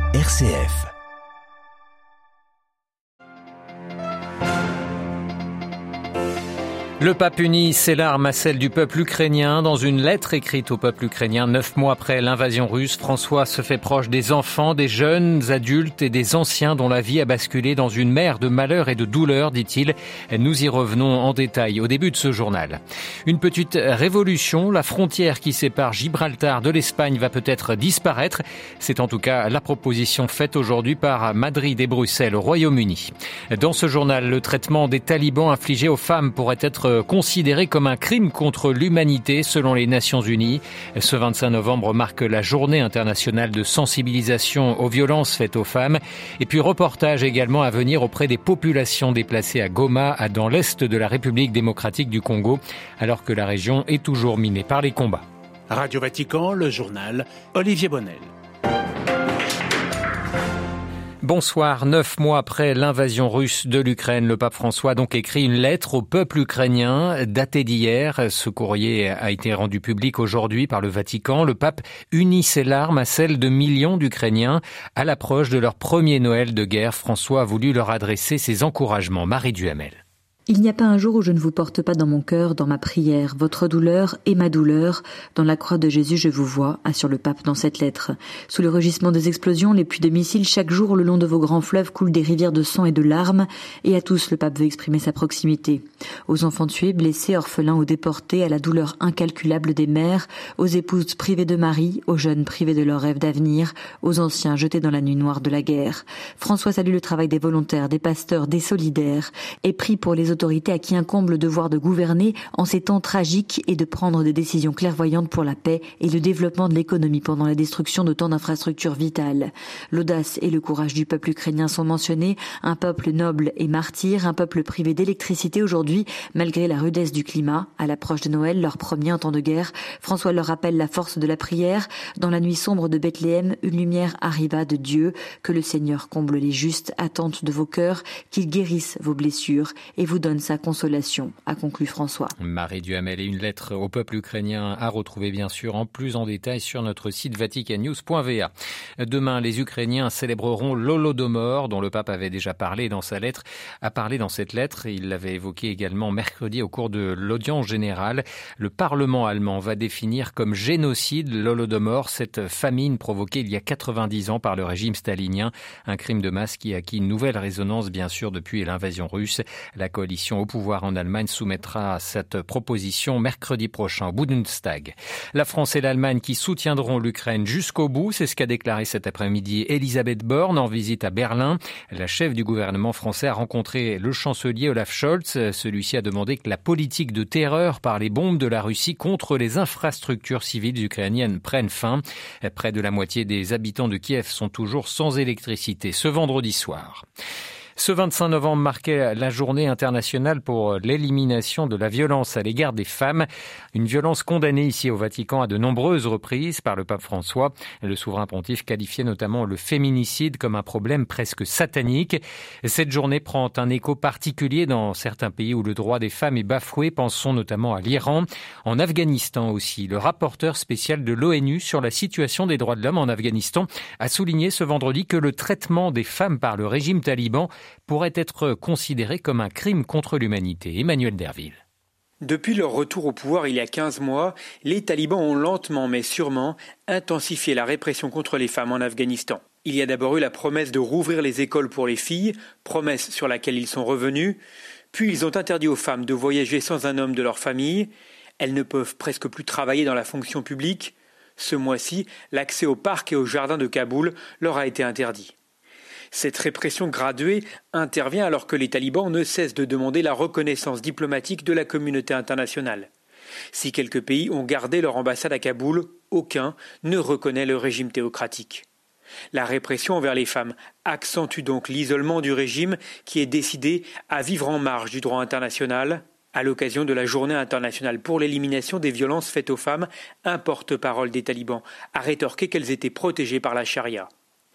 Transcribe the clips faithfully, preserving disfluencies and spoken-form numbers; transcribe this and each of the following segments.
R C F. Le pape unit ses larmes à celles du peuple ukrainien. Dans une lettre écrite au peuple ukrainien, neuf mois après l'invasion russe, François se fait proche des enfants, des jeunes adultes et des anciens dont la vie a basculé dans une mer de malheur et de douleur, dit-il. Nous y revenons en détail au début de ce journal. Une petite révolution, la frontière qui sépare Gibraltar de l'Espagne va peut-être disparaître. C'est en tout cas la proposition faite aujourd'hui par Madrid et Bruxelles au Royaume-Uni. Dans ce journal, le traitement des talibans infligés aux femmes pourrait être considéré comme un crime contre l'humanité selon les Nations Unies. Ce vingt-cinq novembre marque la journée internationale de sensibilisation aux violences faites aux femmes. Et puis reportage également à venir auprès des populations déplacées à Goma, dans l'est de la République démocratique du Congo, alors que la région est toujours minée par les combats. Radio Vatican, le journal, Olivier Bonnel. Bonsoir. Neuf mois après l'invasion russe de l'Ukraine, le pape François a donc écrit une lettre au peuple ukrainien datée d'hier. Ce courrier a été rendu public aujourd'hui par le Vatican. Le pape unit ses larmes à celles de millions d'Ukrainiens. À l'approche de leur premier Noël de guerre, François a voulu leur adresser ses encouragements. Marie Duhamel. Il n'y a pas un jour où je ne vous porte pas dans mon cœur, dans ma prière. Votre douleur est ma douleur. Dans la croix de Jésus, je vous vois, assure le pape dans cette lettre. Sous le rugissement des explosions, les puits de missiles, chaque jour, le long de vos grands fleuves, coulent des rivières de sang et de larmes. Et à tous, le pape veut exprimer sa proximité. Aux enfants tués, blessés, orphelins ou déportés, à la douleur incalculable des mères, aux épouses privées de mari, aux jeunes privés de leurs rêves d'avenir, aux anciens jetés dans la nuit noire de la guerre. François salue le travail des volontaires, des pasteurs, des solidaires, et prie pour les autorités à qui incombe le devoir de gouverner en ces temps tragiques et de prendre des décisions clairvoyantes pour la paix et le développement de l'économie pendant la destruction de tant d'infrastructures vitales. L'audace et le courage du peuple ukrainien sont mentionnés, un peuple noble et martyr, un peuple privé d'électricité aujourd'hui malgré la rudesse du climat. À l'approche de Noël, leur premier en temps de guerre, François leur rappelle la force de la prière. Dans la nuit sombre de Bethléem, une lumière arriva de Dieu. Que le Seigneur comble les justes attentes de vos cœurs, qu'il guérisse vos blessures et vous donne sa consolation, a conclu François. Marie Duhamel, et une lettre au peuple ukrainien à retrouver bien sûr en plus en détail sur notre site vatican news point v a. Demain, les Ukrainiens célébreront l'Holodomor, dont le pape avait déjà parlé dans sa lettre, a parlé dans cette lettre. Il l'avait évoqué également mercredi au cours de l'audience générale. Le Parlement allemand va définir comme génocide l'Holodomor, cette famine provoquée il y a quatre-vingt-dix ans par le régime stalinien, un crime de masse qui a acquis une nouvelle résonance bien sûr depuis l'invasion russe. La coalition au pouvoir en Allemagne soumettra cette proposition mercredi prochain au Bundestag. La France et l'Allemagne qui soutiendront l'Ukraine jusqu'au bout, c'est ce qu'a déclaré cet après-midi Elisabeth Borne en visite à Berlin. La chef du gouvernement français a rencontré le chancelier Olaf Scholz. Celui-ci a demandé que la politique de terreur par les bombes de la Russie contre les infrastructures civiles ukrainiennes prenne fin. Près de la moitié des habitants de Kiev sont toujours sans électricité ce vendredi soir. Ce vingt-cinq novembre marquait la journée internationale pour l'élimination de la violence à l'égard des femmes. Une violence condamnée ici au Vatican à de nombreuses reprises par le pape François. Le souverain pontife qualifiait notamment le féminicide comme un problème presque satanique. Cette journée prend un écho particulier dans certains pays où le droit des femmes est bafoué. Pensons notamment à l'Iran, en Afghanistan aussi. Le rapporteur spécial de l'ONU sur la situation des droits de l'homme en Afghanistan a souligné ce vendredi que le traitement des femmes par le régime taliban pourrait être considéré comme un crime contre l'humanité. Emmanuel Derville. Depuis leur retour au pouvoir il y a quinze mois, les talibans ont lentement mais sûrement intensifié la répression contre les femmes en Afghanistan. Il y a d'abord eu la promesse de rouvrir les écoles pour les filles, promesse sur laquelle ils sont revenus. Puis ils ont interdit aux femmes de voyager sans un homme de leur famille. Elles ne peuvent presque plus travailler dans la fonction publique. Ce mois-ci, l'accès aux parcs et aux jardins de Kaboul leur a été interdit. Cette répression graduée intervient alors que les talibans ne cessent de demander la reconnaissance diplomatique de la communauté internationale. Si quelques pays ont gardé leur ambassade à Kaboul, aucun ne reconnaît le régime théocratique. La répression envers les femmes accentue donc l'isolement du régime qui est décidé à vivre en marge du droit international. À l'occasion de la Journée internationale pour l'élimination des violences faites aux femmes, un porte-parole des talibans a rétorqué qu'elles étaient protégées par la charia.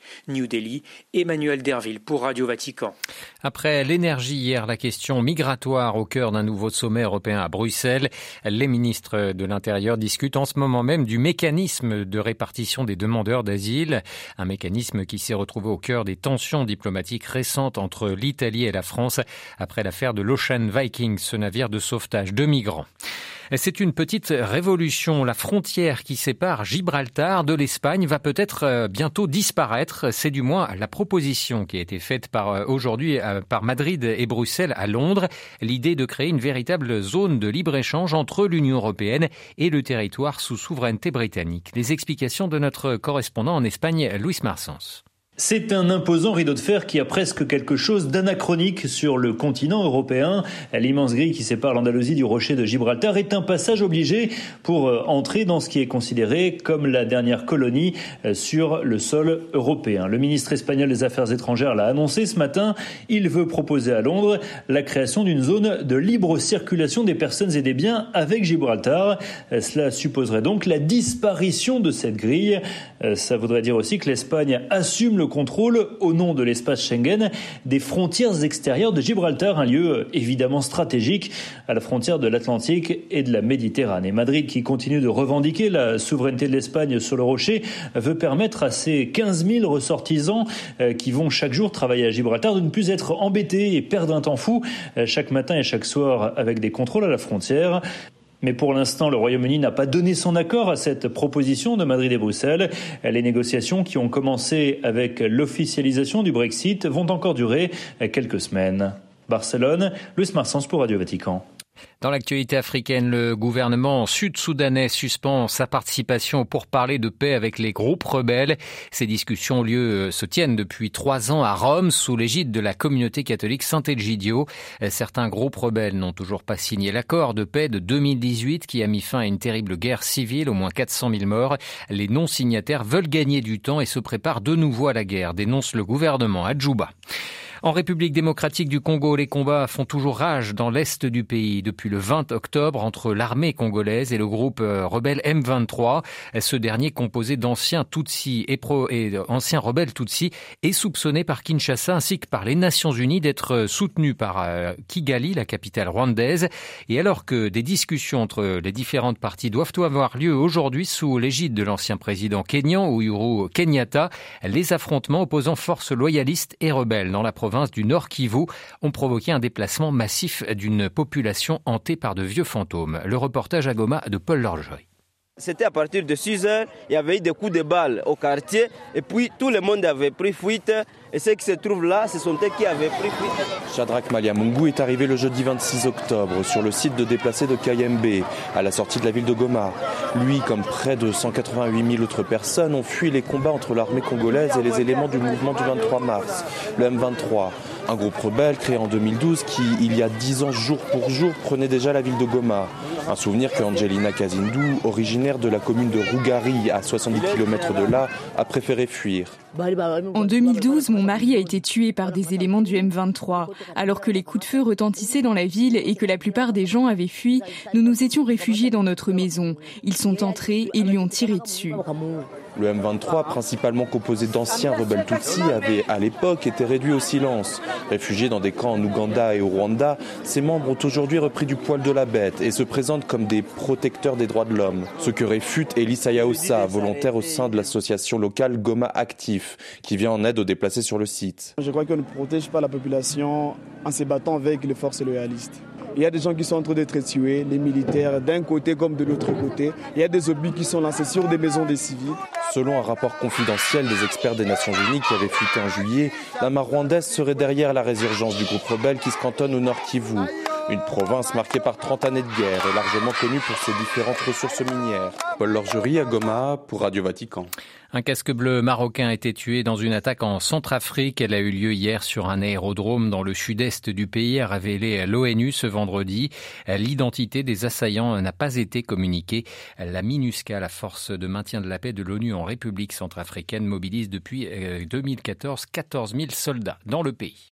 New Delhi, Emmanuel Derville pour Radio Vatican. Après l'énergie hier, la question migratoire au cœur d'un nouveau sommet européen à Bruxelles. Les ministres de l'Intérieur discutent en ce moment même du mécanisme de répartition des demandeurs d'asile. Un mécanisme qui s'est retrouvé au cœur des tensions diplomatiques récentes entre l'Italie et la France après l'affaire de l'Ocean Viking, ce navire de sauvetage de migrants. C'est une petite révolution. La frontière qui sépare Gibraltar de l'Espagne va peut-être bientôt disparaître. C'est du moins la proposition qui a été faite par aujourd'hui par Madrid et Bruxelles à Londres. L'idée de créer une véritable zone de libre-échange entre l'Union européenne et le territoire sous souveraineté britannique. Les explications de notre correspondant en Espagne, Luis Marsens. C'est un imposant rideau de fer qui a presque quelque chose d'anachronique sur le continent européen. L'immense grille qui sépare l'Andalousie du rocher de Gibraltar est un passage obligé pour entrer dans ce qui est considéré comme la dernière colonie sur le sol européen. Le ministre espagnol des Affaires étrangères l'a annoncé ce matin. Il veut proposer à Londres la création d'une zone de libre circulation des personnes et des biens avec Gibraltar. Cela supposerait donc la disparition de cette grille. Ça voudrait dire aussi que l'Espagne assume le le contrôle, au nom de l'espace Schengen, des frontières extérieures de Gibraltar, un lieu évidemment stratégique à la frontière de l'Atlantique et de la Méditerranée. Madrid, qui continue de revendiquer la souveraineté de l'Espagne sur le rocher, veut permettre à ces quinze mille ressortissants qui vont chaque jour travailler à Gibraltar de ne plus être embêtés et perdre un temps fou chaque matin et chaque soir avec des contrôles à la frontière. Mais pour l'instant, le Royaume-Uni n'a pas donné son accord à cette proposition de Madrid et Bruxelles. Les négociations qui ont commencé avec l'officialisation du Brexit vont encore durer quelques semaines. Barcelone, Luis Marsens pour Radio Vatican. Dans l'actualité africaine, le gouvernement sud-soudanais suspend sa participation pour parler de paix avec les groupes rebelles. Ces discussions ont lieu, se tiennent depuis trois ans à Rome sous l'égide de la communauté catholique Sant'Egidio. Certains groupes rebelles n'ont toujours pas signé l'accord de paix de deux mille dix-huit qui a mis fin à une terrible guerre civile, au moins quatre cent mille morts. Les non-signataires veulent gagner du temps et se préparent de nouveau à la guerre, dénonce le gouvernement à Djouba. En République démocratique du Congo, les combats font toujours rage dans l'est du pays depuis le vingt octobre entre l'armée congolaise et le groupe rebelle M vingt-trois. Ce dernier, composé d'anciens Tutsis et, pro, et anciens rebelles Tutsis, est soupçonné par Kinshasa ainsi que par les Nations Unies d'être soutenu par Kigali, la capitale rwandaise. Et alors que des discussions entre les différentes parties doivent avoir lieu aujourd'hui sous l'égide de l'ancien président kényan Uhuru Kenyatta, les affrontements opposant forces loyalistes et rebelles dans la province du Nord Kivu ont provoqué un déplacement massif d'une population hantée par de vieux fantômes. Le reportage à Goma de Paul Lorjoy. C'était à partir de six heures, il y avait eu des coups de balles au quartier et puis tout le monde avait pris fuite et ceux qui se trouvent là, ce sont eux qui avaient pris fuite. Shadrach Maliamungu est arrivé le jeudi vingt-six octobre sur le site de déplacés de Kayembe, à la sortie de la ville de Goma. Lui, comme près de cent quatre-vingt-huit mille autres personnes, ont fui les combats entre l'armée congolaise et les éléments du mouvement du vingt-trois mars, le M vingt-trois. Un groupe rebelle créé en deux mille douze qui, il y a dix ans jour pour jour, prenait déjà la ville de Goma. Un souvenir que Angelina Kazindou, originaire de la commune de Rougari, à soixante-dix kilomètres de là, a préféré fuir. En deux mille douze, mon mari a été tué par des éléments du M vingt-trois. Alors que les coups de feu retentissaient dans la ville et que la plupart des gens avaient fui, nous nous étions réfugiés dans notre maison. Ils sont entrés et lui ont tiré dessus. Le M vingt-trois, principalement composé d'anciens rebelles Tutsis, avait à l'époque été réduit au silence. Réfugiés dans des camps en Ouganda et au Rwanda, ses membres ont aujourd'hui repris du poil de la bête et se présentent comme des protecteurs des droits de l'homme. Ce que réfute Elissa Yaossa, volontaire au sein de l'association locale Goma Actif, qui vient en aide aux déplacés sur le site. Je crois qu'on ne protège pas la population en se battant avec les forces loyalistes. Il y a des gens qui sont en train d'être tués, les militaires, d'un côté comme de l'autre côté. Il y a des obus qui sont lancés sur des maisons des civils. Selon un rapport confidentiel des experts des Nations Unies qui avait fuité en juillet, la mar rwandaise serait derrière la résurgence du groupe rebelle qui se cantonne au Nord Kivu. Une province marquée par trente années de guerre et largement connue pour ses différentes ressources minières. Paul Lorgerie à Goma pour Radio Vatican. Un casque bleu marocain a été tué dans une attaque en Centrafrique. Elle a eu lieu hier sur un aérodrome dans le sud-est du pays, a révélé l'ONU ce vendredi. L'identité des assaillants n'a pas été communiquée. La MINUSCA, la force de maintien de la paix de l'ONU en République centrafricaine, mobilise depuis deux mille quatorze quatorze mille soldats dans le pays.